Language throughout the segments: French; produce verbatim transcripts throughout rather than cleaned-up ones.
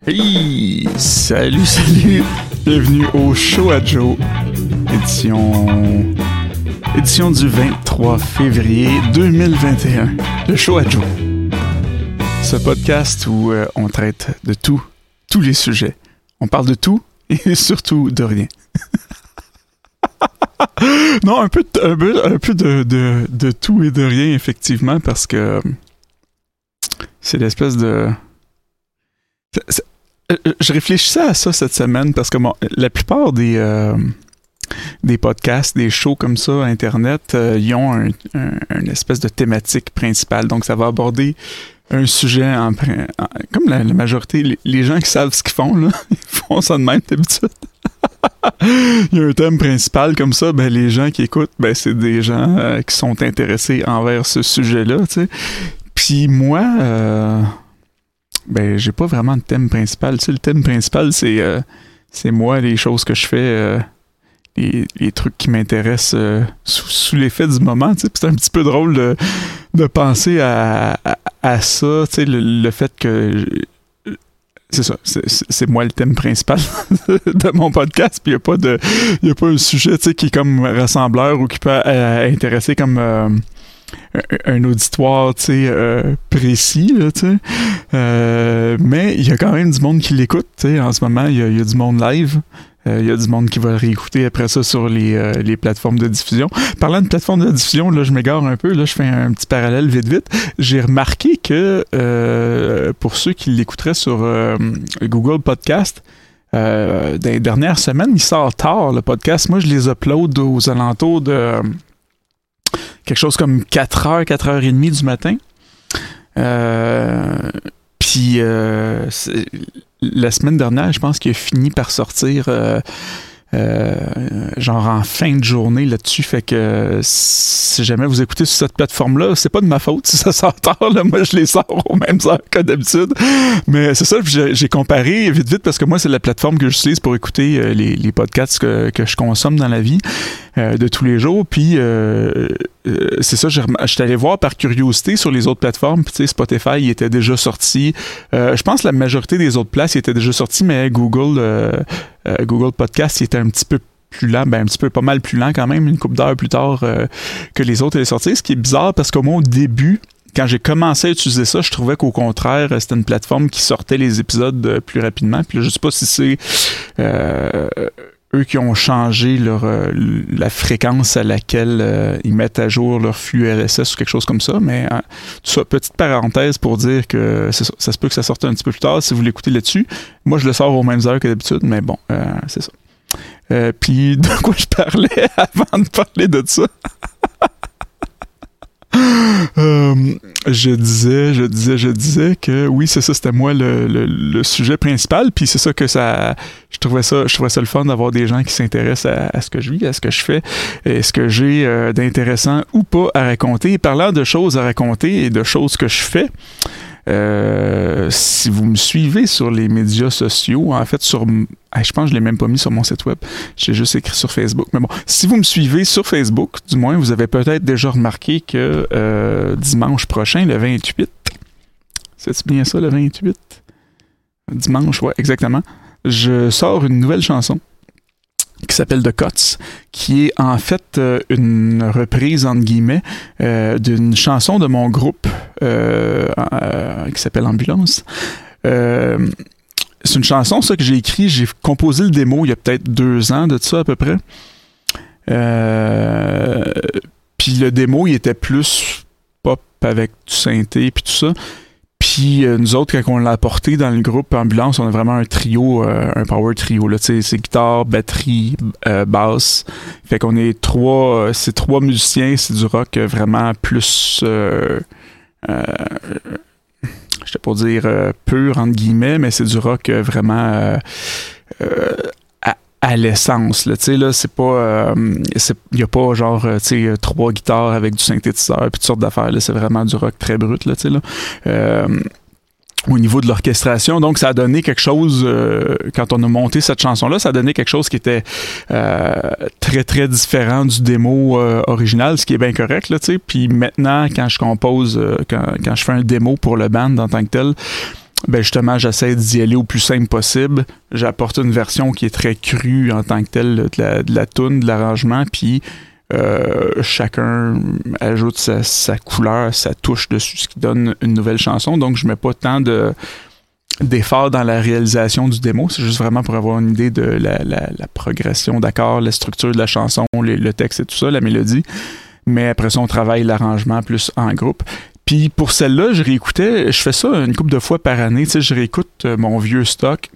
Hey! Salut, salut! Bienvenue au Show à Joe, édition... édition du vingt-trois février deux mille vingt et un. Le Show à Joe. Ce podcast où euh, on traite de tout, tous les sujets. On parle de tout et surtout de rien. Non, un peu, de, un peu, un peu de, de, de tout et de rien, effectivement, parce que c'est l'espèce de... C'est, c'est, je réfléchissais à ça cette semaine parce que bon, la plupart des, euh, des podcasts, des shows comme ça, Internet, euh, ils ont un, un, une espèce de thématique principale. Donc, ça va aborder un sujet en, en, comme la, la majorité, les, les gens qui savent ce qu'ils font, là, ils font ça de même d'habitude. Il y a un thème principal comme ça, ben les gens qui écoutent, ben c'est des gens euh, qui sont intéressés envers ce sujet-là, tu sais. Puis moi, euh, ben j'ai pas vraiment de thème principal. Tu sais, le thème principal, c'est euh, c'est moi, les choses que je fais, euh, les, les trucs qui m'intéressent euh, sous, sous l'effet du moment. Tu sais, c'est un petit peu drôle de, de penser à, à, à ça. Tu sais, le, le fait que je, c'est ça, c'est, c'est moi le thème principal de mon podcast. Puis il y a pas de, il y a pas un sujet, tu sais, qui est comme rassembleur ou qui peut euh, intéresser comme euh, un auditoire, tu sais, euh, précis, là, tu sais. Euh, mais il y a quand même du monde qui l'écoute, tu sais. En ce moment, il y, y a du monde live. Il euh, y a du monde qui va le réécouter après ça sur les, euh, les plateformes de diffusion. Parlant de plateformes de diffusion, là, je m'égare un peu. Là, je fais un petit parallèle vite, vite. J'ai remarqué que euh, pour ceux qui l'écouteraient sur euh, Google Podcast, euh, dans les dernières semaines, il sort tard, le podcast. Moi, je les upload aux alentours de... Euh, quelque chose comme quatre heures, quatre heures trente du matin. Euh, puis euh, la semaine dernière, je pense qu'il a fini par sortir euh, euh, genre en fin de journée là-dessus. Fait que si jamais vous écoutez sur cette plateforme-là, c'est pas de ma faute si ça sort tard. Là. Moi, je les sors aux mêmes heures que d'habitude. Mais c'est ça, j'ai, j'ai comparé vite vite parce que moi, c'est la plateforme que j'utilise pour écouter euh, les, les podcasts que, que je consomme dans la vie euh, de tous les jours. Puis euh, euh, c'est ça, j'ai rem- j'étais allé voir par curiosité sur les autres plateformes. Puis tu sais, Spotify, il était déjà sorti. Euh, je pense que la majorité des autres places, il était déjà sorti, mais Google, euh, euh, Google Podcast, il était un petit peu plus lent, ben un petit peu pas mal plus lent quand même, une couple d'heures plus tard euh, que les autres allaient sortir. Ce qui est bizarre parce qu'au moins au début, quand j'ai commencé à utiliser ça, je trouvais qu'au contraire, c'était une plateforme qui sortait les épisodes plus rapidement. Puis là, je sais pas si c'est euh, eux qui ont changé leur euh, la fréquence à laquelle euh, ils mettent à jour leur flux R S S ou quelque chose comme ça. Mais euh, tout ça, petite parenthèse pour dire que c'est ça, ça se peut que ça sorte un petit peu plus tard si vous l'écoutez là-dessus. Moi, je le sors aux mêmes heures que d'habitude, mais bon, euh, c'est ça. Euh, puis de quoi je parlais avant de parler de ça? euh, je disais, je disais, je disais que oui, c'est ça, c'était moi le, le, le sujet principal. Puis c'est ça que ça, je trouvais ça, je trouvais ça le fun d'avoir des gens qui s'intéressent à, à ce que je vis, à ce que je fais, et ce que j'ai euh, d'intéressant ou pas à raconter. Et parlant de choses à raconter et de choses que je fais. Euh, si vous me suivez sur les médias sociaux, en fait, sur, je pense que je l'ai même pas mis sur mon site web, j'ai juste écrit sur Facebook, mais bon, si vous me suivez sur Facebook, du moins, vous avez peut-être déjà remarqué que euh, dimanche prochain, le vingt-huit, c'est bien ça, le vingt-huit? Dimanche, ouais, exactement, je sors une nouvelle chanson qui s'appelle The Cuts, qui est en fait euh, une reprise, entre guillemets, euh, d'une chanson de mon groupe euh, euh, qui s'appelle Ambulance. Euh, c'est une chanson, ça, que j'ai écrit, j'ai composé le démo il y a peut-être deux ans de ça, à peu près. Euh, puis le démo, il était plus pop avec du synthé puis tout ça. Puis euh, nous autres, quand on l'a apporté dans le groupe Ambulance, on a vraiment un trio, euh, un power trio, là, tu sais, c'est guitare, batterie, euh, basse. Fait qu'on est trois, euh, c'est trois musiciens, c'est du rock vraiment plus, euh, euh, je sais pas dire euh, pur, entre guillemets, mais c'est du rock euh, vraiment euh, euh, à, à l'essence, là, tu sais, là, c'est pas, il y a pas genre, tu sais, trois guitares avec du synthétiseur puis toutes sortes d'affaires, là, c'est vraiment du rock très brut, là, tu sais, là. Euh, au niveau de l'orchestration. Donc, ça a donné quelque chose, euh, quand on a monté cette chanson-là, ça a donné quelque chose qui était euh, très, très différent du démo euh, original, ce qui est bien correct, là, tu sais. Puis maintenant, quand je compose, euh, quand, quand je fais un démo pour le band en tant que tel, ben justement, j'essaie d'y aller au plus simple possible. J'apporte une version qui est très crue en tant que telle de la, de la toune, de l'arrangement, puis euh, chacun ajoute sa, sa couleur, sa touche dessus, ce qui donne une nouvelle chanson. Donc, je mets pas tant de d'efforts dans la réalisation du démo. C'est juste vraiment pour avoir une idée de la, la, la progression d'accords, la structure de la chanson, les, le texte et tout ça, la mélodie. Mais après ça, on travaille l'arrangement plus en groupe. Puis pour celle-là, je réécoutais, je fais ça une couple de fois par année, tu sais, je réécoute euh, mon vieux stock.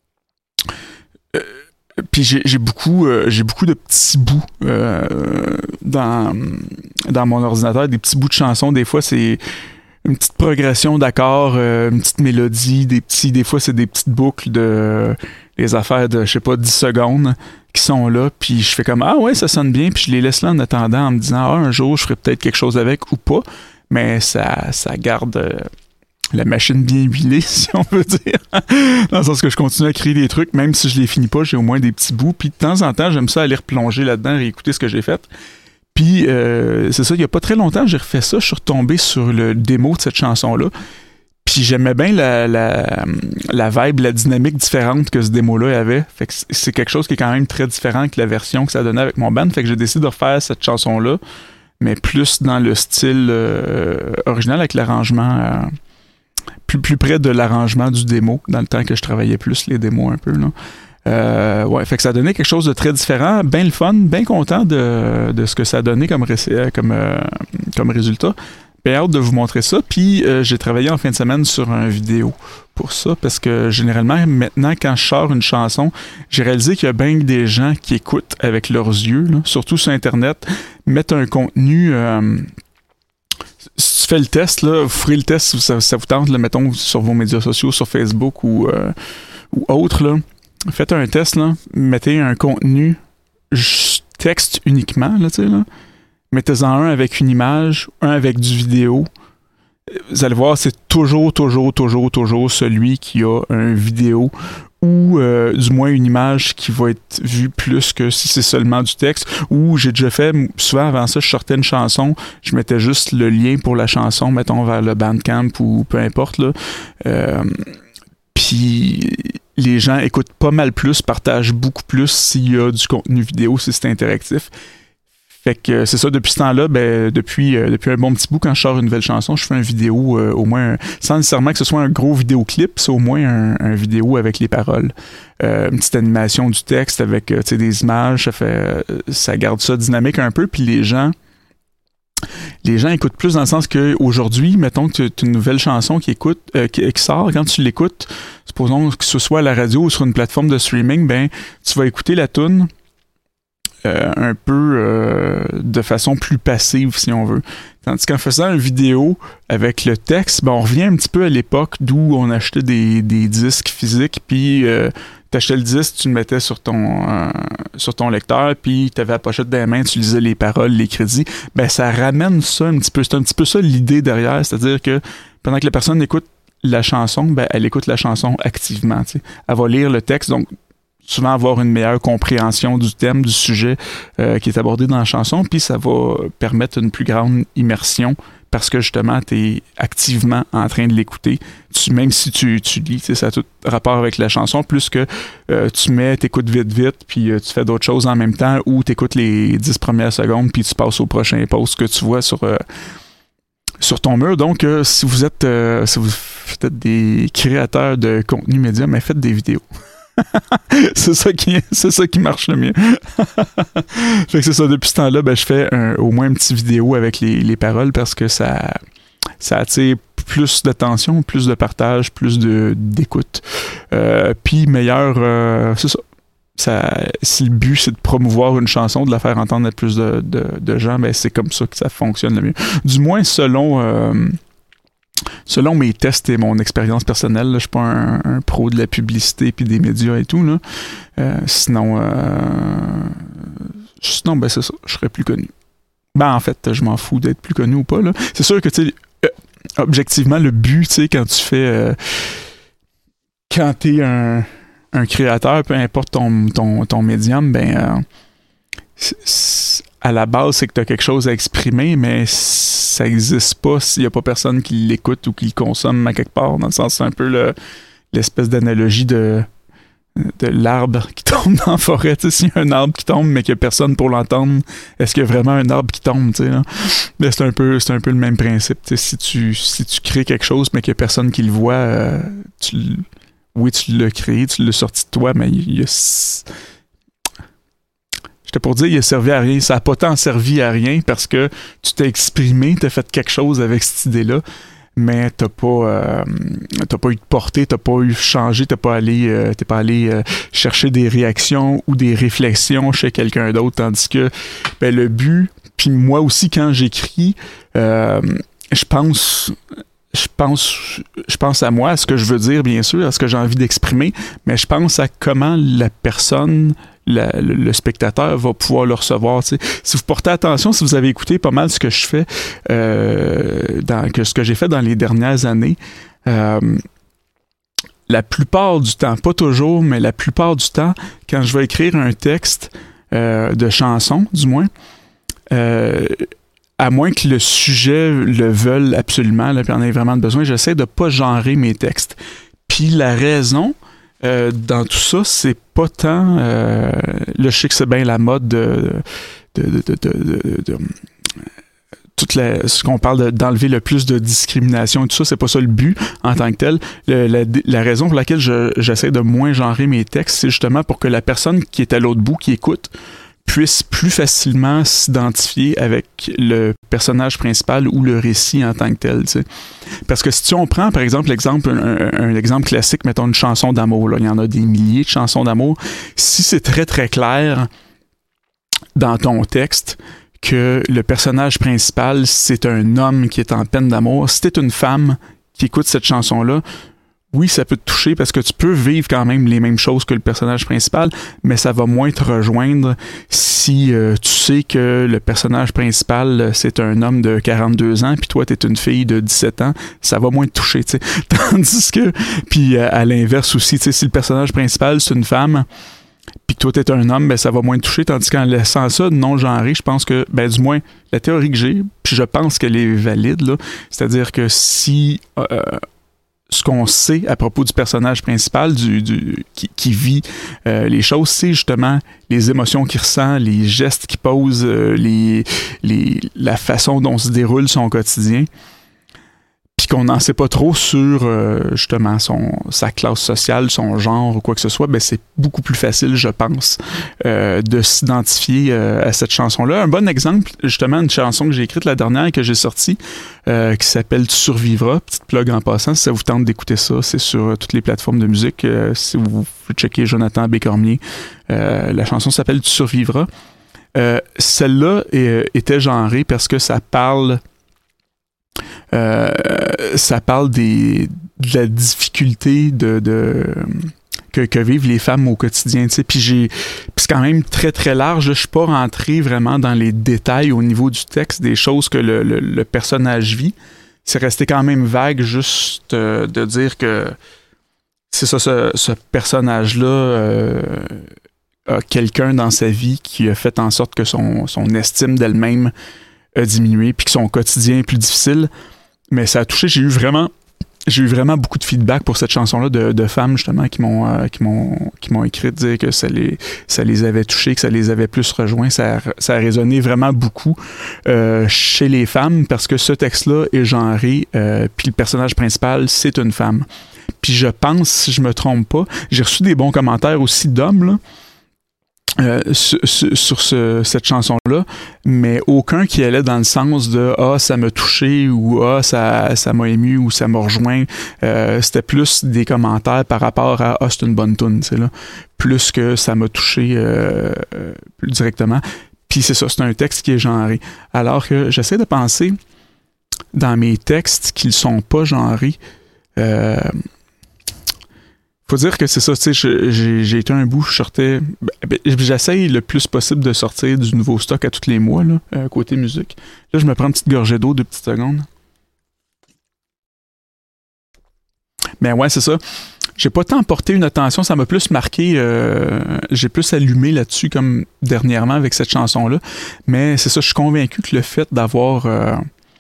Euh, puis j'ai, j'ai beaucoup euh, j'ai beaucoup de petits bouts euh, dans, dans mon ordinateur, des petits bouts de chansons. Des fois, c'est une petite progression d'accords, euh, une petite mélodie, des petits, des fois, c'est des petites boucles de les affaires de, je sais pas, dix secondes qui sont là, puis je fais comme « Ah ouais, ça sonne bien », puis je les laisse là en attendant, en me disant « Ah, un jour, je ferai peut-être quelque chose avec ou pas », mais ça, ça garde euh, la machine bien huilée, si on veut dire, dans le sens que je continue à créer des trucs, même si je les finis pas, j'ai au moins des petits bouts, puis de temps en temps, j'aime ça aller replonger là-dedans, réécouter ce que j'ai fait. Puis, euh, c'est ça, il y a pas très longtemps, j'ai refait ça, je suis retombé sur le démo de cette chanson-là. Puis j'aimais bien la, la, la vibe, la dynamique différente que ce démo-là avait. Fait que c'est quelque chose qui est quand même très différent que la version que ça donnait avec mon band. Fait que j'ai décidé de refaire cette chanson-là, mais plus dans le style euh, original, avec l'arrangement euh, plus, plus près de l'arrangement du démo, dans le temps que je travaillais plus les démos un peu, là. Euh, ouais, fait que ça donnait quelque chose de très différent, bien le fun, bien content de, de ce que ça a donné comme, ré- comme, euh, comme résultat. Bien hâte de vous montrer ça. Puis euh, j'ai travaillé en fin de semaine sur une vidéo pour ça, parce que généralement, maintenant, quand je sors une chanson, j'ai réalisé qu'il y a bien des gens qui écoutent avec leurs yeux, là, surtout sur Internet, mettent un contenu... Euh, si tu fais le test, là, vous ferez le test si ça, ça vous tente, là, mettons, sur vos médias sociaux, sur Facebook ou, euh, ou autre, là. Faites un test, là, mettez un contenu texte uniquement, là, tu sais, là. Mettez-en un avec une image, un avec du vidéo. Vous allez voir, c'est toujours, toujours, toujours, toujours celui qui a un vidéo ou euh, du moins une image qui va être vue plus que si c'est seulement du texte. Ou j'ai déjà fait, souvent avant ça, je sortais une chanson, je mettais juste le lien pour la chanson, mettons vers le Bandcamp ou peu importe, là. Euh, Puis les gens écoutent pas mal plus, partagent beaucoup plus s'il y a du contenu vidéo, si c'est interactif. Fait que c'est ça, depuis ce temps-là, ben, depuis, euh, depuis un bon petit bout, quand je sors une nouvelle chanson, je fais une vidéo, euh, au moins, un, sans nécessairement que ce soit un gros vidéoclip, c'est au moins un, un vidéo avec les paroles. Euh, une petite animation du texte avec euh, des images, ça, fait, ça garde ça dynamique un peu, puis les gens... Les gens écoutent plus dans le sens qu'aujourd'hui, mettons que tu as une nouvelle chanson qui, écoute, euh, qui, qui sort, quand tu l'écoutes, supposons que ce soit à la radio ou sur une plateforme de streaming, ben tu vas écouter la toune euh, un peu euh, de façon plus passive, si on veut. Tandis qu'en faisant une vidéo avec le texte, ben on revient un petit peu à l'époque d'où on achetait des, des disques physiques, puis euh, t'achetais le disque, tu le mettais sur ton euh, sur ton lecteur, puis t'avais la pochette dans les mains, tu lisais les paroles, les crédits. Ben ça ramène ça un petit peu. C'est un petit peu ça l'idée derrière, c'est-à-dire que pendant que la personne écoute la chanson, ben elle écoute la chanson activement. T'sais. Elle va lire le texte, donc souvent avoir une meilleure compréhension du thème, du sujet euh, qui est abordé dans la chanson, puis ça va permettre une plus grande immersion parce que justement, tu es activement en train de l'écouter. Tu, même si tu, tu lis, ça a tout rapport avec la chanson, plus que euh, tu mets, t'écoutes vite, vite, puis euh, tu fais d'autres choses en même temps, ou t'écoutes les dix premières secondes, puis tu passes au prochain post que tu vois sur... Euh, sur ton mur. Donc, euh, si vous êtes euh, si vous êtes des créateurs de contenu média, mais faites des vidéos. c'est ça qui c'est ça qui marche le mieux. Fait que c'est ça, depuis ce temps-là, ben, je fais un, au moins une petite vidéo avec les, les paroles parce que ça, ça attire plus d'attention, plus de partage, plus de, d'écoute. Euh, puis meilleur, euh, c'est ça. Ça, si le but c'est de promouvoir une chanson, de la faire entendre à plus de, de, de gens, ben c'est comme ça que ça fonctionne le mieux. Du moins selon euh, selon mes tests et mon expérience personnelle. Là, je suis pas un, un pro de la publicité puis des médias et tout. Là. Euh, sinon, euh, sinon ben c'est ça, je serais plus connu. Ben en fait, je m'en fous d'être plus connu ou pas. Là. C'est sûr que tu sais, euh, objectivement, le but, tu sais, quand tu fais euh, quand t'es un un créateur, peu importe ton, ton, ton médium, ben euh, c'est, c'est, à la base, c'est que tu as quelque chose à exprimer, mais ça n'existe pas s'il n'y a pas personne qui l'écoute ou qui le consomme à quelque part. Dans le sens, c'est un peu le, l'espèce d'analogie de, de l'arbre qui tombe dans la forêt. Tu sais, s'il y a un arbre qui tombe, mais qu'il n'y a personne pour l'entendre, est-ce qu'il y a vraiment un arbre qui tombe? Tu sais, là? Mais c'est un peu, c'est un peu le même principe. Tu sais, si tu, si tu crées quelque chose, mais qu'il n'y a personne qui le voit, euh, tu, oui, tu l'as créé, tu l'as sorti de toi, mais il y a... J'étais pour dire, il a servi à rien. Ça n'a pas tant servi à rien parce que tu t'es exprimé, tu as fait quelque chose avec cette idée-là, mais t'as pas, euh, t'as pas eu de portée, t'as pas eu changé, t'as pas allé, euh, t'es pas allé euh, chercher des réactions ou des réflexions chez quelqu'un d'autre, tandis que ben, le but, puis moi aussi quand j'écris, euh, je pense... Je pense, je pense à moi, à ce que je veux dire, bien sûr, à ce que j'ai envie d'exprimer, mais je pense à comment la personne, la, le, le spectateur va pouvoir le recevoir. T'sais. Si vous portez attention, si vous avez écouté pas mal ce que je fais, euh, dans, que ce que j'ai fait dans les dernières années, euh, la plupart du temps, pas toujours, mais la plupart du temps, quand je vais écrire un texte euh, de chanson, du moins, euh, à moins que le sujet le veuille absolument, là, puis on ait vraiment besoin, j'essaie de pas genrer mes textes. Puis la raison euh, dans tout ça, c'est pas tant... Euh, là, je sais que c'est bien la mode de... de, de, de, de, de, de toute la, ce qu'on parle de, d'enlever le plus de discrimination et tout ça, c'est pas ça le but en tant que tel. Le, la, la raison pour laquelle je, j'essaie de moins genrer mes textes, c'est justement pour que la personne qui est à l'autre bout, qui écoute, puisse plus facilement s'identifier avec le personnage principal ou le récit en tant que tel. T'sais. Parce que si on prend, par exemple, l'exemple, un, un exemple classique, mettons une chanson d'amour, là, il y en a des milliers de chansons d'amour, si c'est très très clair dans ton texte que le personnage principal, c'est un homme qui est en peine d'amour, si t'es une femme qui écoute cette chanson-là, oui, ça peut te toucher parce que tu peux vivre quand même les mêmes choses que le personnage principal, mais ça va moins te rejoindre si euh, tu sais que le personnage principal, c'est un homme de quarante-deux ans, puis toi, t'es une fille de dix-sept ans, ça va moins te toucher, tu sais. Tandis que, puis à, à l'inverse aussi, tu sais, si le personnage principal, c'est une femme, puis que toi, t'es un homme, ben ça va moins te toucher, tandis qu'en laissant ça non-genré, je pense que, ben du moins, la théorie que j'ai, puis je pense qu'elle est valide, là, c'est-à-dire que si... Euh, ce qu'on sait à propos du personnage principal du, du, qui, qui vit euh, les choses, c'est justement les émotions qu'il ressent, les gestes qu'il pose, euh, les, les, la façon dont se déroule son quotidien. Puis qu'on n'en sait pas trop sur euh, justement son, sa classe sociale, son genre ou quoi que ce soit, ben c'est beaucoup plus facile, je pense, euh, de s'identifier euh, à cette chanson-là. Un bon exemple, justement, une chanson que j'ai écrite la dernière et que j'ai sortie, euh, qui s'appelle « Tu survivras », petite plug en passant, si ça vous tente d'écouter ça, c'est sur euh, toutes les plateformes de musique. Euh, si vous checkez Jonathan Bécormier, euh, la chanson s'appelle « Tu survivras ». Euh, celle-là est, était genrée parce que ça parle... Euh, ça parle des, de la difficulté de, de que, que vivent les femmes au quotidien. Puis j'ai, puis c'est quand même très très large. Je suis pas rentré vraiment dans les détails au niveau du texte des choses que le, le, le personnage vit. C'est resté quand même vague, juste euh, de dire que c'est ça, ce, ce personnage-là euh, a quelqu'un dans sa vie qui a fait en sorte que son, son estime d'elle-même a diminué, puis que son quotidien est plus difficile. Mais ça a touché, j'ai eu vraiment j'ai eu vraiment beaucoup de feedback pour cette chanson-là de, de femmes, justement, qui m'ont euh, qui m'ont qui m'ont écrit, dire que ça les, ça les avait touchés, que ça les avait plus rejoints. Ça a, ça a résonné vraiment beaucoup euh, chez les femmes, parce que ce texte-là est genré, euh, puis le personnage principal, c'est une femme. Puis je pense, si je me trompe pas, j'ai reçu des bons commentaires aussi d'hommes, là, Euh, sur, sur ce, cette chanson-là, mais aucun qui allait dans le sens de « Ah, ça m'a touché » ou « Ah, ça, ça m'a ému » ou « Ça m'a rejoint euh, ». C'était plus des commentaires par rapport à « Ah, c'est une bonne toune », là, plus que ça m'a touché euh, plus directement. Puis c'est ça, c'est un texte qui est genré. Alors que j'essaie de penser dans mes textes qui ne sont pas genrés, euh, faut dire que c'est ça, tu sais, j'ai, j'ai été un bout, je sortais, ben, j'essaye le plus possible de sortir du nouveau stock à tous les mois, là, euh, côté musique. Là, je me prends une petite gorgée d'eau, deux petites secondes. Ben ouais, c'est ça. j'ai pas tant porté une attention, ça m'a plus marqué, euh, j'ai plus allumé là-dessus comme dernièrement avec cette chanson-là. Mais c'est ça, je suis convaincu que le fait d'avoir euh,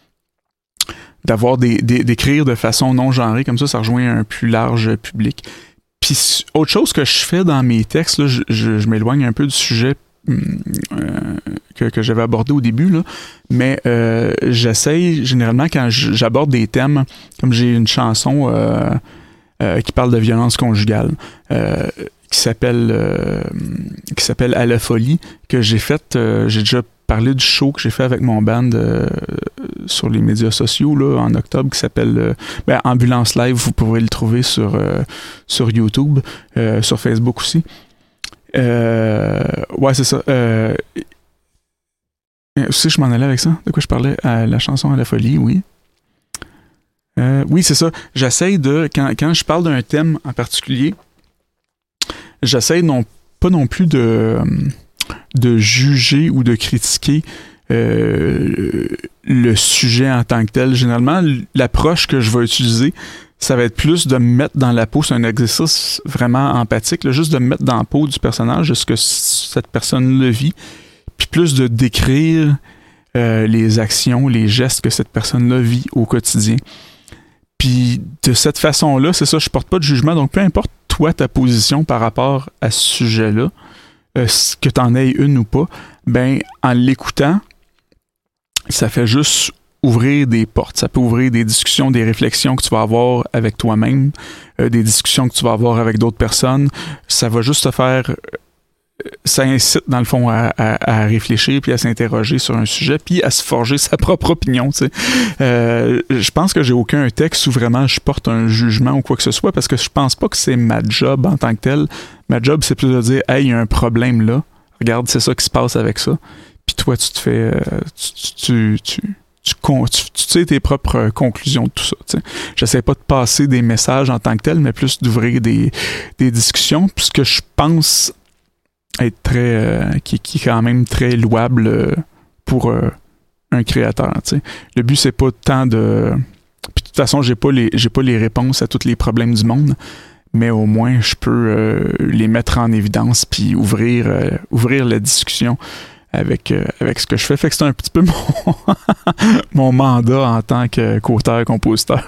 d'avoir des, des, d'écrire de façon non genrée comme ça, ça rejoint un plus large public. Puis autre chose que je fais dans mes textes, là, je, je, je m'éloigne un peu du sujet euh, que, que j'avais abordé au début, là, mais euh, j'essaye généralement quand j'aborde des thèmes, comme j'ai une chanson euh, euh, qui parle de violence conjugale, euh, qui s'appelle euh, qui s'appelle À la folie, que j'ai faite, euh, j'ai déjà parlé du show que j'ai fait avec mon band euh, sur les médias sociaux là, en octobre, qui s'appelle euh, ben, Ambulance Live. Vous pourrez le trouver sur, euh, sur YouTube, euh, sur Facebook aussi. Euh, ouais, c'est ça. Euh, aussi, je m'en allais avec ça. De quoi je parlais? À la chanson À la folie, oui. Euh, oui, c'est ça. J'essaye de, quand, quand je parle d'un thème en particulier, j'essaye non, pas non plus de, de juger ou de critiquer euh, le sujet en tant que tel. Généralement, l'approche que je vais utiliser, ça va être plus de me mettre dans la peau. C'est un exercice vraiment empathique, là, juste de me mettre dans la peau du personnage, de ce que cette personne le vit, puis plus de décrire euh, les actions, les gestes que cette personne-là vit au quotidien. Puis de cette façon-là, c'est ça, je porte pas de jugement, donc peu importe toi, ta position par rapport à ce sujet-là, euh, que t'en aies une ou pas, ben en l'écoutant, ça fait juste ouvrir des portes. Ça peut ouvrir des discussions, des réflexions que tu vas avoir avec toi-même, euh, des discussions que tu vas avoir avec d'autres personnes. Ça va juste te faire... Ça incite, dans le fond, à, à, à réfléchir puis à s'interroger sur un sujet puis à se forger sa propre opinion, tu sais. Euh, je pense que j'ai aucun texte où vraiment je porte un jugement ou quoi que ce soit parce que je pense pas que c'est ma job en tant que telle. Ma job, c'est plus de dire « Hey, il y a un problème là. Regarde, c'est ça qui se passe avec ça. » Puis toi, tu te fais... Euh, tu... tu, tu Tu, tu, tu sais tes propres conclusions de tout ça. T'sais. J'essaie pas de passer des messages en tant que tel, mais plus d'ouvrir des, des discussions, puisque je pense être très euh, qui, qui est quand même très louable euh, pour euh, un créateur. T'sais. Le but, c'est pas tant de... Puis de toute façon, j'ai pas les j'ai pas les réponses à tous les problèmes du monde, mais au moins, je peux euh, les mettre en évidence puis ouvrir, euh, ouvrir la discussion avec, euh, avec ce que je fais. Fait que c'est un petit peu mon, mon mandat en tant que, qu'auteur-compositeur.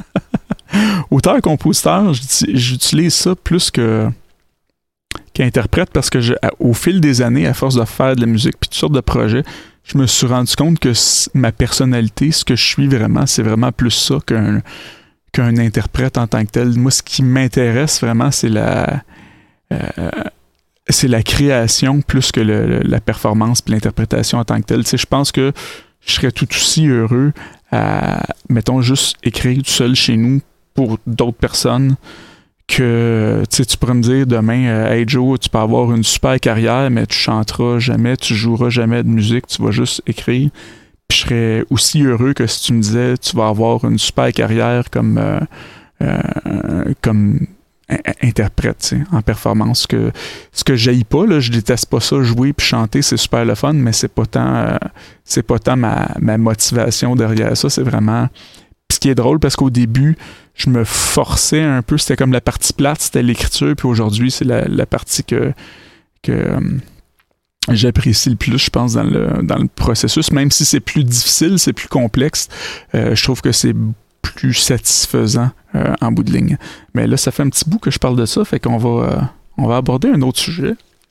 Auteur-compositeur, j'utilise ça plus que qu'interprète parce que je, au fil des années, à force de faire de la musique puis toutes sortes de projets, je me suis rendu compte que ma personnalité, ce que je suis vraiment, c'est vraiment plus ça qu'un, qu'un interprète en tant que tel. Moi, ce qui m'intéresse vraiment, c'est la... Euh, c'est la création plus que le, la performance puis l'interprétation en tant que telle. Tu sais, je pense que je serais tout aussi heureux à, mettons, juste écrire tout seul chez nous pour d'autres personnes que, tu sais, tu pourrais me dire demain, euh, hey Joe, tu peux avoir une super carrière, mais tu chanteras jamais, tu joueras jamais de musique, tu vas juste écrire. Puis je serais aussi heureux que si tu me disais, tu vas avoir une super carrière comme, euh, euh, comme interprète, tu sais, en performance. Que, ce que j'haïs pas, là, je déteste pas ça, jouer puis chanter, c'est super le fun, mais c'est pas tant, euh, c'est pas tant ma, ma motivation derrière ça, c'est vraiment... Puis ce qui est drôle, parce qu'au début, je me forçais un peu, c'était comme la partie plate, c'était l'écriture, puis aujourd'hui, c'est la, la partie que, que euh, j'apprécie le plus, je pense, dans le, dans le processus, même si c'est plus difficile, c'est plus complexe, euh, je trouve que c'est plus satisfaisant euh, en bout de ligne. Mais là, ça fait un petit bout que je parle de ça, fait qu'on va, euh, on va aborder un autre sujet.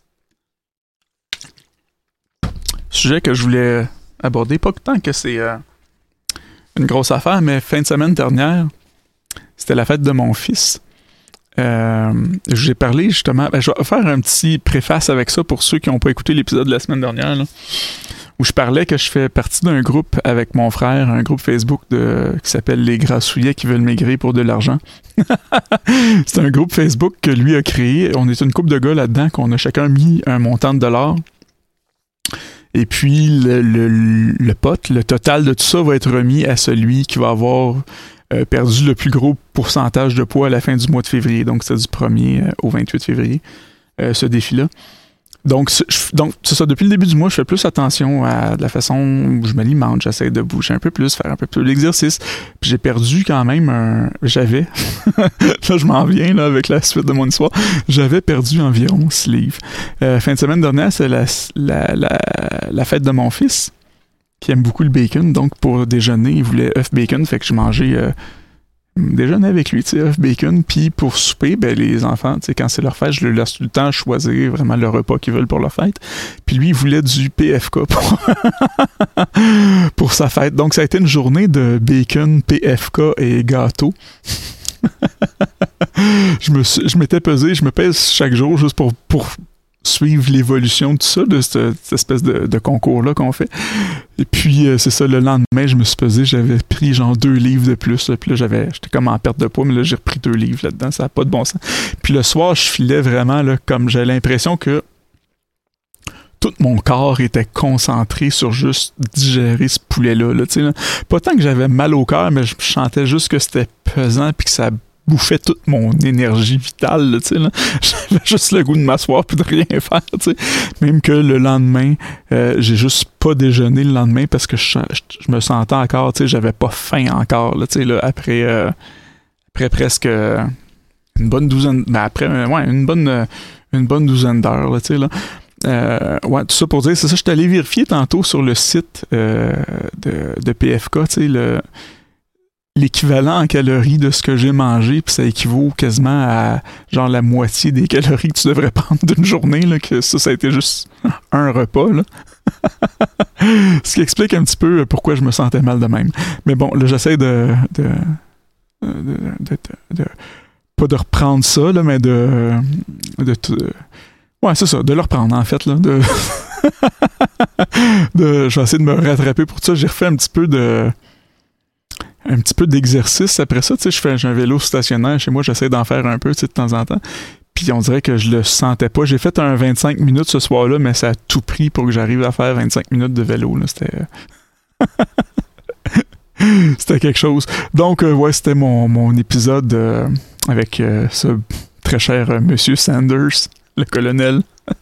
Sujet que je voulais aborder, pas tant que c'est euh, une grosse affaire, mais fin de semaine dernière, c'était la fête de mon fils. Euh, j'ai parlé justement, ben, je vais faire un petit préface avec ça pour ceux qui n'ont pas écouté l'épisode de la semaine dernière, là, où je parlais que je fais partie d'un groupe avec mon frère, un groupe Facebook de, qui s'appelle Les Grassouillets qui veulent maigrir pour de l'argent. C'est un groupe Facebook que lui a créé. On est une couple de gars là-dedans qu'on a chacun mis un montant de dollars. Et puis, le, le, le pote, le total de tout ça va être remis à celui qui va avoir euh, perdu le plus gros pourcentage de poids à la fin du mois de février. Donc, c'est du premier au vingt-huit février, euh, ce défi-là. Donc, c'est, donc, c'est ça. Depuis le début du mois, je fais plus attention à la façon où je m'alimente. J'essaie de bouger un peu plus, faire un peu plus d'exercice. Puis j'ai perdu quand même un... J'avais... là, je m'en viens là, avec la suite de mon histoire. J'avais perdu environ six livres. Euh, fin de semaine dernière, c'est la, la, la, la fête de mon fils, qui aime beaucoup le bacon. Donc, pour déjeuner, il voulait œuf bacon. Fait que je mangeais... Euh, déjeuner avec lui, tu sais, œuf bacon, puis pour souper, ben les enfants, tu sais, quand c'est leur fête, je leur laisse tout le temps choisir vraiment le repas qu'ils veulent pour leur fête. Puis lui, il voulait du P F K pour, pour sa fête. Donc, ça a été une journée de bacon, P F K et gâteau. je, me suis, je m'étais pesé, je me pèse chaque jour juste pour, pour suivre l'évolution de tout ça, de cette, cette espèce de, de concours-là qu'on fait. Et puis, euh, c'est ça, le lendemain, je me suis pesé, j'avais pris genre deux livres de plus. Là, puis là, j'avais, j'étais comme en perte de poids, mais là, j'ai repris deux livres là-dedans, ça n'a pas de bon sens. Puis le soir, je filais vraiment, là, comme j'ai l'impression que tout mon corps était concentré sur juste digérer ce poulet-là. Là, là. Pas tant que j'avais mal au cœur, mais je sentais juste que c'était pesant puis que ça bouffait toute mon énergie vitale, là, tu sais, là. J'avais juste le goût de m'asseoir puis de rien faire, tu sais. Même que le lendemain, euh, j'ai juste pas déjeuné le lendemain parce que je, je, je me sentais encore, tu sais, j'avais pas faim encore, là, tu sais, là, après, euh, après presque une bonne douzaine, ben après, ouais, une bonne, une bonne douzaine d'heures, là, tu sais, là. Euh, ouais, tout ça pour dire, c'est ça, je suis allé vérifier tantôt sur le site euh, de, de P F K, tu sais, le l'équivalent en calories de ce que j'ai mangé, puis ça équivaut quasiment à genre la moitié des calories que tu devrais prendre d'une journée, là, que ça, ça a été juste un repas, là. Ce qui explique un petit peu pourquoi je me sentais mal de même. Mais bon, là, j'essaie de... de, de, de, de, de pas de reprendre ça, là, mais de... de, de ouais, c'est ça, de le reprendre, en fait, là. De, de, je vais essayer de me rattraper pour ça. J'ai refait un petit peu de... un petit peu d'exercice après ça, tu sais, je fais j'ai un vélo stationnaire chez moi, j'essaie d'en faire un peu, tu sais, de temps en temps. Puis on dirait que je le sentais pas. J'ai fait un vingt-cinq minutes ce soir-là, mais ça a tout pris pour que j'arrive à faire vingt-cinq minutes de vélo, là. C'était... c'était quelque chose. Donc, euh, ouais, c'était mon, mon épisode euh, avec euh, ce très cher euh, Monsieur Sanders, le colonel.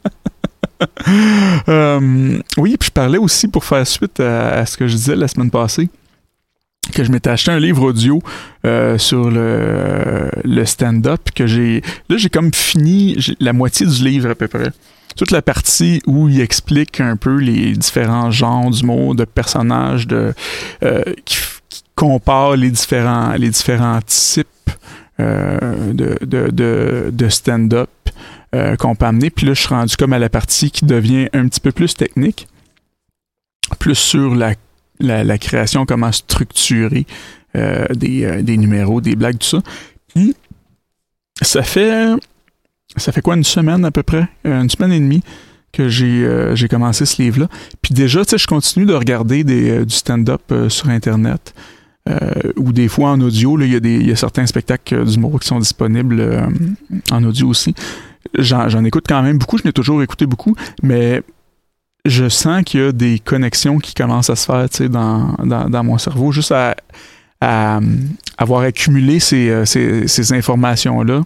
euh, oui, puis je parlais aussi, pour faire suite à, à ce que je disais la semaine passée, que je m'étais acheté un livre audio euh, sur le, le stand-up, que j'ai... Là, j'ai comme fini j'ai la moitié du livre à peu près. Toute la partie où il explique un peu les différents genres d'humour, de personnages, de euh, qui, qui compare les différents, les différents types euh, de, de, de, de stand-up euh, qu'on peut amener. Puis là, je suis rendu comme à la partie qui devient un petit peu plus technique, plus sur la La, la création, comment structurer euh, des, euh, des numéros, des blagues, tout ça. Puis, ça fait ça fait quoi, une semaine à peu près? Une semaine et demie que j'ai, euh, j'ai commencé ce livre-là. Puis déjà, tu sais, je continue de regarder des, euh, du stand-up euh, sur Internet, euh, ou des fois en audio. Il y a des, y a certains spectacles d'humour qui sont disponibles euh, en audio aussi. J'en, j'en écoute quand même beaucoup, je n'ai toujours écouté beaucoup, mais je sens qu'il y a des connexions qui commencent à se faire, tu sais, dans, dans, dans mon cerveau, juste à, à, à avoir accumulé ces, ces, ces informations-là,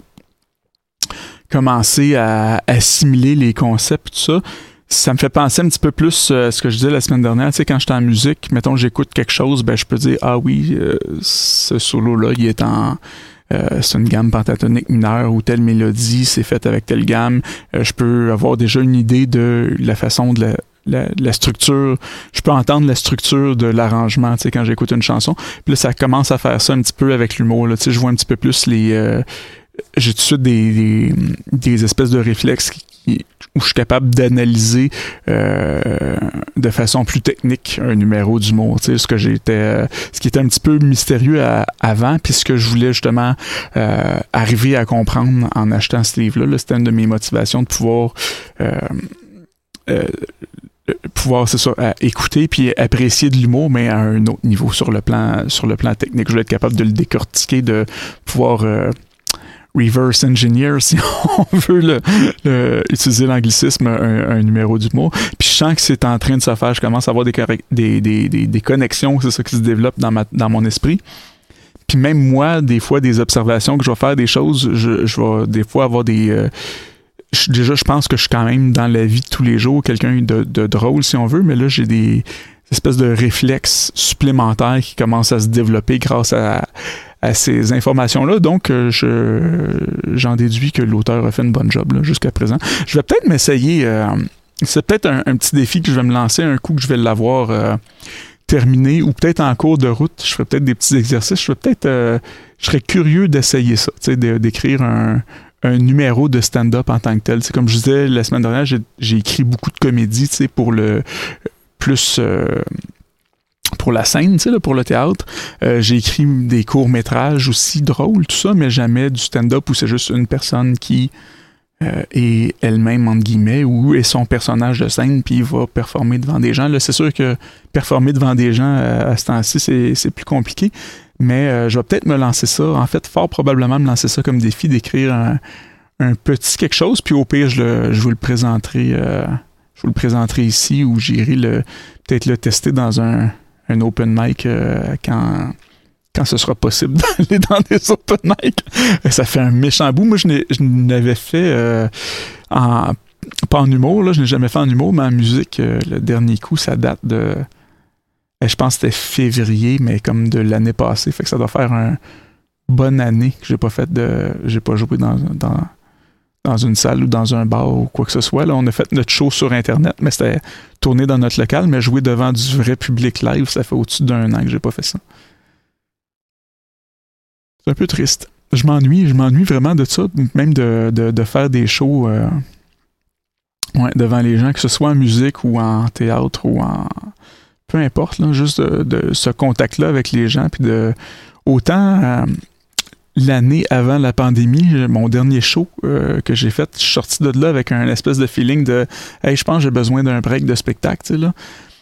commencer à assimiler les concepts, tout ça. Ça me fait penser un petit peu plus à ce que je disais la semaine dernière, tu sais, quand j'étais en musique, mettons, j'écoute quelque chose, ben, je peux dire, ah oui, euh, ce solo-là, il est en... Euh, c'est une gamme pentatonique mineure ou telle mélodie, c'est fait avec telle gamme. Euh, je peux avoir déjà une idée de la façon de la, la, la structure. Je peux entendre la structure de l'arrangement, tu sais, quand j'écoute une chanson. Puis là, ça commence à faire ça un petit peu avec l'humour, là. Tu sais, je vois un petit peu plus les... Euh, j'ai tout de suite des, des, des espèces de réflexes qui, qui, où je suis capable d'analyser euh, de façon plus technique un numéro d'humour, tu sais, ce que j'étais, euh, ce qui était un petit peu mystérieux à, avant, puis ce que je voulais justement euh, arriver à comprendre en achetant ce livre-là. Là, c'était une de mes motivations de pouvoir euh, euh, pouvoir, c'est ça, écouter puis apprécier de l'humour, mais à un autre niveau sur le plan, sur le plan technique. Je voulais être capable de le décortiquer, de pouvoir euh, reverse engineer, si on veut le, le, utiliser l'anglicisme, un, un numéro d'humour. Puis je sens que c'est en train de se faire. Je commence à avoir des, des, des, des, des connexions, c'est ça qui se développe dans, ma, dans mon esprit. Puis même moi, des fois, des observations que je vais faire, des choses, je, je vais des fois avoir des... Euh, je, déjà, je pense que je suis quand même dans la vie de tous les jours quelqu'un de, de drôle, si on veut, mais là, j'ai des espèces de réflexes supplémentaires qui commencent à se développer grâce à, à ces informations-là. Donc, euh, je, j'en déduis que l'auteur a fait une bonne job là, jusqu'à présent. Je vais peut-être m'essayer... Euh, c'est peut-être un, un petit défi que je vais me lancer un coup que je vais l'avoir euh, terminé, ou peut-être en cours de route. Je ferai peut-être des petits exercices. Je vais peut-être... Euh, je serais curieux d'essayer ça, tu sais, de, d'écrire un... un numéro de stand-up en tant que tel. C'est comme je disais la semaine dernière, j'ai, j'ai écrit beaucoup de comédie, tu sais, pour le plus euh, pour la scène, tu sais, là, pour le théâtre. Euh, j'ai écrit des courts-métrages aussi drôles, tout ça, mais jamais du stand-up où c'est juste une personne qui euh, est elle-même, entre guillemets, ou est son personnage de scène, puis il va performer devant des gens. Là, c'est sûr que performer devant des gens euh, à ce temps-ci, c'est, c'est plus compliqué. Mais euh, je vais peut-être me lancer ça. En fait, fort probablement me lancer ça comme défi, d'écrire un, un petit quelque chose. Puis au pire, je, le, je vous le présenterai euh, je vous le présenterai ici, ou j'irai le, peut-être le tester dans un, un open mic euh, quand, quand ce sera possible d'aller dans des open mic. Ça fait un méchant bout. Moi, je, n'ai, je n'avais fait euh, en, pas en humour, là, je n'ai jamais fait en humour, mais en musique, euh, le dernier coup, ça date de... Je pense que c'était février, mais comme de l'année passée. Fait que ça doit faire une bonne année que j'ai pas fait de. J'ai pas joué dans, dans, dans une salle ou dans un bar ou quoi que ce soit. Là, on a fait notre show sur Internet, mais c'était tourné dans notre local, mais jouer devant du vrai public live, ça fait au-dessus d'un an que j'ai pas fait ça. C'est un peu triste. Je m'ennuie, je m'ennuie vraiment de ça, même de, de, de faire des shows euh, ouais, devant les gens, que ce soit en musique ou en théâtre ou en. Peu importe, là, juste de, de ce contact-là avec les gens. Puis de autant euh, l'année avant la pandémie, mon dernier show euh, que j'ai fait, je suis sorti de là avec un espèce de feeling de hey, je pense que j'ai besoin d'un break de spectacle, tu sais, là.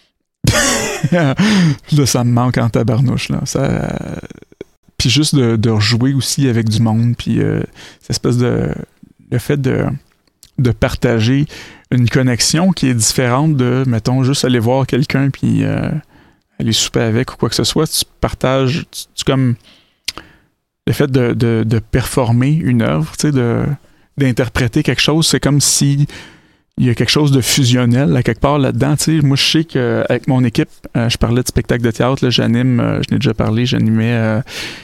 Là, ça me manque en tabarnouche, là. Ça, euh, puis juste de, de rejouer aussi avec du monde, puis euh, cette espèce de... le fait de, de partager une connexion qui est différente de, mettons, juste aller voir quelqu'un puis euh, aller souper avec ou quoi que ce soit. Tu partages, tu, tu comme le fait de, de, de performer une œuvre, tu sais, de, d'interpréter quelque chose, c'est comme si il y a quelque chose de fusionnel à quelque part là-dedans. Tu sais, moi, je sais qu'avec mon équipe, euh, je parlais de spectacle de théâtre, là, j'anime, euh, je n'ai déjà parlé, j'animais euh,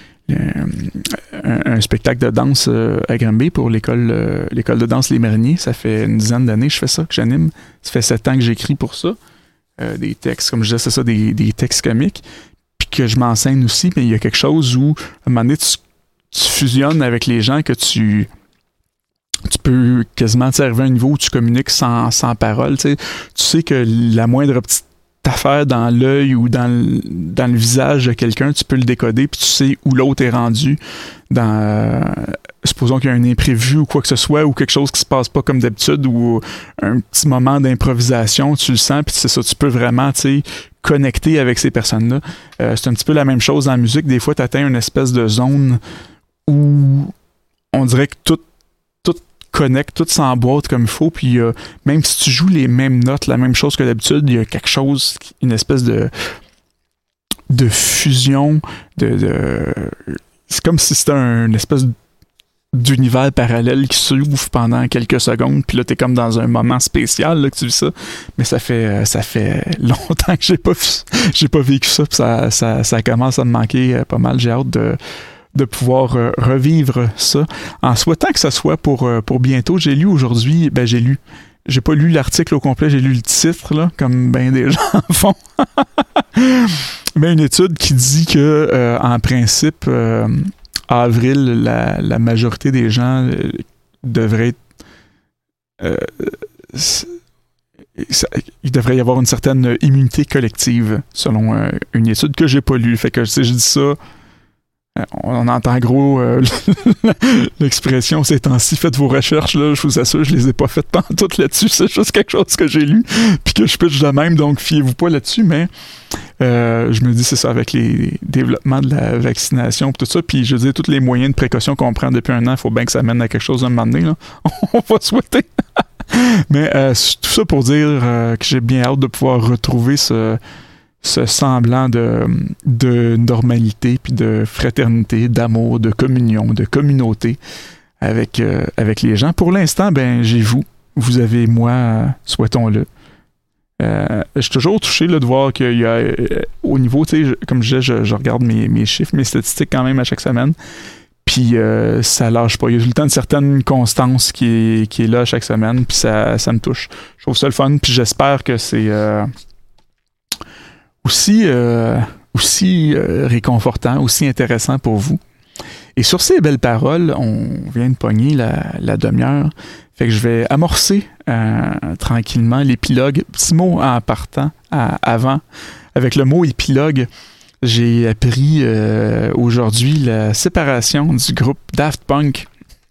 Un, un spectacle de danse euh, à Granby pour l'école, euh, l'école de danse Les Mariniers. Ça fait une dizaine d'années que je fais ça, que j'anime. Ça fait sept ans que j'écris pour ça. Euh, des textes, comme je disais, c'est ça, des, des textes comiques. Puis que je m'enseigne aussi, mais il y a quelque chose où, à un moment donné, tu, tu fusionnes avec les gens, que tu... Tu peux quasiment arriver à un niveau où tu communiques sans, sans parole. Tu sais. Tu sais que la moindre petite affaire dans l'œil ou dans le, dans le visage de quelqu'un, tu peux le décoder, puis tu sais où l'autre est rendu. Dans, euh, supposons qu'il y a un imprévu ou quoi que ce soit, ou quelque chose qui se passe pas comme d'habitude, ou un petit moment d'improvisation, tu le sens, puis c'est ça, tu peux vraiment, tu sais, connecter avec ces personnes-là. Euh, c'est un petit peu la même chose en musique. Des fois, tu atteins une espèce de zone où on dirait que tout connecte, tout s'emboîte comme il faut, puis euh, même si tu joues les mêmes notes, la même chose que d'habitude, il y a quelque chose, une espèce de de fusion, de, de c'est comme si c'était un, une espèce d'univers parallèle qui s'ouvre pendant quelques secondes, puis là, t'es comme dans un moment spécial, là, que tu vis ça, mais ça fait ça fait longtemps que j'ai pas j'ai pas vécu ça, puis ça, ça, ça commence à me manquer euh, pas mal, j'ai hâte de de pouvoir euh, revivre ça, en souhaitant que ce soit pour, euh, pour bientôt. J'ai lu aujourd'hui, ben j'ai lu, j'ai pas lu l'article au complet, j'ai lu le titre, là, comme ben des gens font. Mais une étude qui dit que, euh, en principe, euh, à avril, la, la majorité des gens euh, devraient être... Euh, ça, il devrait y avoir une certaine immunité collective, selon euh, une étude que j'ai pas lue. Fait que, tu sais, je dis ça... On entend gros euh, l'expression ces temps-ci, faites vos recherches, là, je vous assure, je les ai pas faites toutes là-dessus, c'est juste quelque chose que j'ai lu, puis que je pitche de même, donc fiez-vous pas là-dessus, mais euh, je me dis, c'est ça, avec les développements de la vaccination et tout ça, puis je veux dire, tous les moyens de précaution qu'on prend depuis un an, il faut bien que ça mène à quelque chose à un moment donné, là. On va souhaiter. Mais euh, tout ça pour dire euh, que j'ai bien hâte de pouvoir retrouver ce ce semblant de, de normalité, puis de fraternité, d'amour, de communion, de communauté avec, euh, avec les gens. Pour l'instant, ben j'ai vous. Vous avez moi, euh, souhaitons-le. Euh, je suis toujours touché là, de voir qu'il y a, euh, au niveau, tu sais, comme je disais, je, je regarde mes, mes chiffres, mes statistiques quand même à chaque semaine. Puis euh, ça lâche pas. Il y a tout le temps une certaine constance qui est, qui est là chaque semaine, puis ça, ça me touche. Je trouve ça le fun, puis j'espère que c'est euh, aussi, euh, aussi euh, réconfortant, aussi intéressant pour vous. Et sur ces belles paroles, on vient de pogner la, la demi-heure. Fait que je vais amorcer euh, tranquillement l'épilogue. Petit mot en partant, à, avant. Avec le mot épilogue, j'ai appris euh, aujourd'hui la séparation du groupe Daft Punk.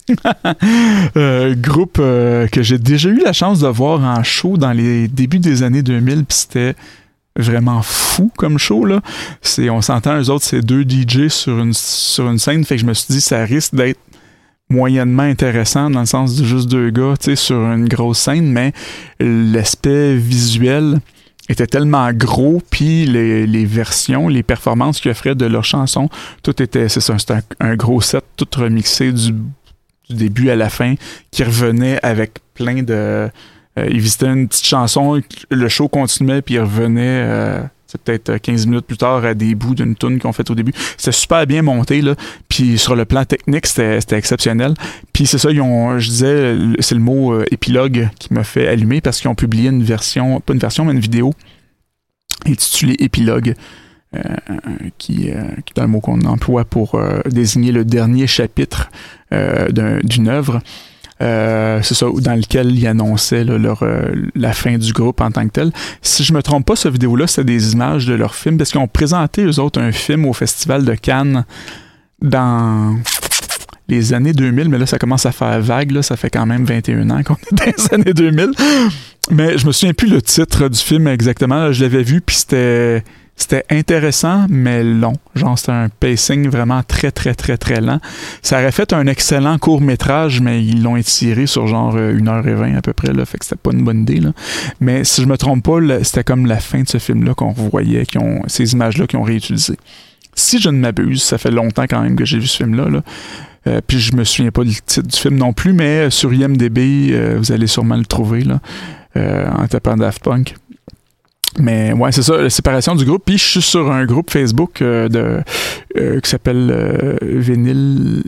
euh, groupe euh, que j'ai déjà eu la chance de voir en show dans les débuts des années deux mille, puis c'était vraiment fou comme show, là. C'est, on s'entend, eux autres, c'est deux D J sur une, sur une scène, fait que je me suis dit, ça risque d'être moyennement intéressant dans le sens de juste deux gars, tu sais, sur une grosse scène, mais l'aspect visuel était tellement gros, puis les, les versions, les performances qu'ils offraient de leurs chansons, tout était, c'est ça, c'était un, un gros set, tout remixé du, du début à la fin, qui revenait avec plein de... Euh, ils visitaient une petite chanson, le show continuait, puis ils revenaient, euh, c'est peut-être quinze minutes plus tard, à des bouts d'une tune qu'ils ont fait au début. C'était super bien monté, là. Puis sur le plan technique, c'était, c'était exceptionnel. Puis c'est ça, ils ont, je disais, c'est le mot euh, épilogue qui m'a fait allumer parce qu'ils ont publié une version, pas une version, mais une vidéo intitulée Épilogue, euh, qui, euh, qui est un mot qu'on emploie pour euh, désigner le dernier chapitre euh, d'un, d'une œuvre. Euh, c'est ça, dans lequel ils annonçaient là, leur, euh, la fin du groupe en tant que tel. Si je me trompe pas, cette vidéo-là, c'était des images de leur film, parce qu'ils ont présenté, eux autres, un film au Festival de Cannes dans les années deux mille, mais là, ça commence à faire vague, là, ça fait quand même vingt et un ans qu'on est dans les années deux mille. Mais je me souviens plus le titre du film exactement, là, je l'avais vu, puis c'était... C'était intéressant, mais long. Genre, c'était un pacing vraiment très, très, très, très lent. Ça aurait fait un excellent court-métrage, mais ils l'ont étiré sur genre une heure vingt à peu près, là. Fait que c'était pas une bonne idée, là. Mais si je me trompe pas, là, c'était comme la fin de ce film-là qu'on revoyait, qui ont, ces images-là qu'ils ont réutilisées. Si je ne m'abuse, ça fait longtemps quand même que j'ai vu ce film-là, là. Euh, puis je me souviens pas du titre du film non plus, mais sur I M D B, euh, vous allez sûrement le trouver, là, euh, en tapant Daft Punk. Mais ouais, c'est ça, la séparation du groupe. Puis je suis sur un groupe Facebook euh, de, euh, qui s'appelle euh, Vinyle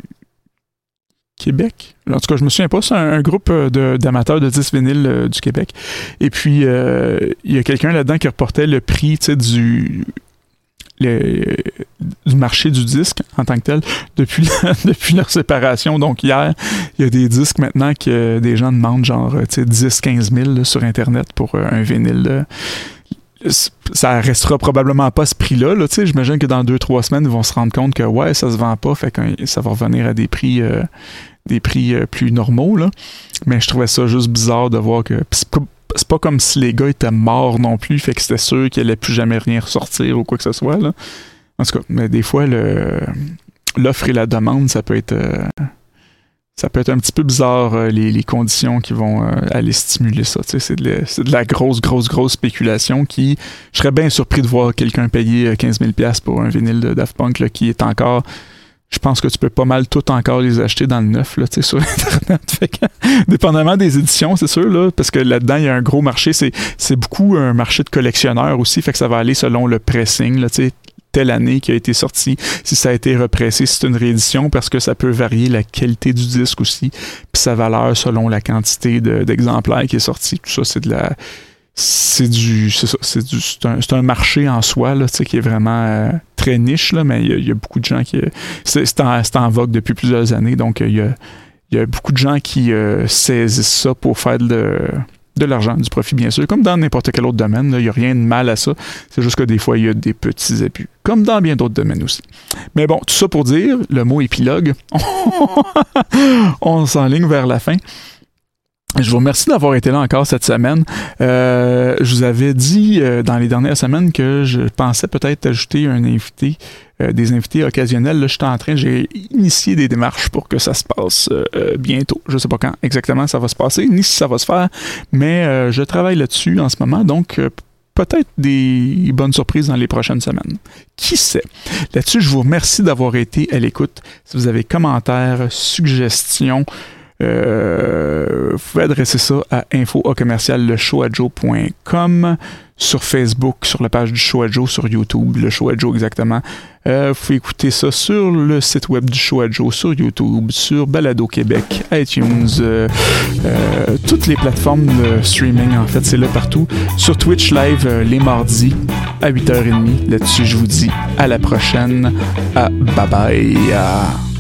Québec. En tout cas, je me souviens pas, c'est un, un groupe de, d'amateurs de disques vinyles euh, du Québec. Et puis, euh, il y a quelqu'un là-dedans qui reportait le prix, tu sais, du... Le, du marché du disque en tant que tel depuis, depuis leur séparation. Donc hier, il y a des disques maintenant que des gens demandent genre dix à quinze mille là, sur Internet pour euh, un vinyle. Là. Ça restera probablement pas ce prix-là. Là, j'imagine que dans deux trois semaines, ils vont se rendre compte que ouais, ça se vend pas, fait que ça va revenir à des prix, euh, des prix euh, plus normaux. Là. Mais je trouvais ça juste bizarre de voir que... C'est pas comme si les gars étaient morts non plus, fait que c'était sûr qu'il allait plus jamais rien ressortir ou quoi que ce soit, là. En tout cas, mais des fois, le, l'offre et la demande, ça peut être euh, ça peut être un petit peu bizarre, euh, les, les conditions qui vont euh, aller stimuler ça. Tu sais, c'est, de la, c'est de la grosse, grosse, grosse spéculation qui... Je serais bien surpris de voir quelqu'un payer quinze mille dollars pour un vinyle de Daft Punk là, qui est encore... Je pense que tu peux pas mal tout encore les acheter dans le neuf là, sur Internet. Fait que, dépendamment des éditions, c'est sûr, là, parce que là-dedans, il y a un gros marché. C'est, c'est beaucoup un marché de collectionneurs aussi, fait que ça va aller selon le pressing, là, telle année qui a été sorti, si ça a été repressé, si c'est une réédition, parce que ça peut varier la qualité du disque aussi, puis sa valeur selon la quantité de, d'exemplaires qui est sorti. Tout ça, c'est de la... C'est du, c'est ça, c'est du, c'est un, c'est un marché en soi là, tu sais, qui est vraiment euh, très niche là, mais il y, y a beaucoup de gens qui, c'est, c'est, en, c'est en vogue depuis plusieurs années, donc il y a, il y a beaucoup de gens qui euh, saisissent ça pour faire de, de l'argent, du profit bien sûr, comme dans n'importe quel autre domaine, il n'y a rien de mal à ça, c'est juste que des fois il y a des petits abus, comme dans bien d'autres domaines aussi. Mais bon, tout ça pour dire, le mot épilogue, on s'enligne vers la fin. Je vous remercie d'avoir été là encore cette semaine. Euh, je vous avais dit euh, dans les dernières semaines que je pensais peut-être ajouter un invité, euh, des invités occasionnels. Là, je suis en train, j'ai initié des démarches pour que ça se passe euh, bientôt. Je ne sais pas quand exactement ça va se passer, ni si ça va se faire, mais euh, je travaille là-dessus en ce moment. Donc, euh, peut-être des bonnes surprises dans les prochaines semaines. Qui sait? Là-dessus, je vous remercie d'avoir été à l'écoute. Si vous avez commentaires, suggestions, euh, vous pouvez adresser ça à info a commercial le show à joe point com, sur Facebook, sur la page du Show à Joe, sur YouTube, le Show à Joe exactement. Euh, vous pouvez écouter ça sur le site web du Show à Joe, sur YouTube, sur Balado Québec, iTunes, euh, euh, toutes les plateformes de streaming, en fait, c'est là partout. Sur Twitch Live, euh, les mardis, à huit heures trente. Là-dessus, je vous dis à la prochaine. Ah, bye bye.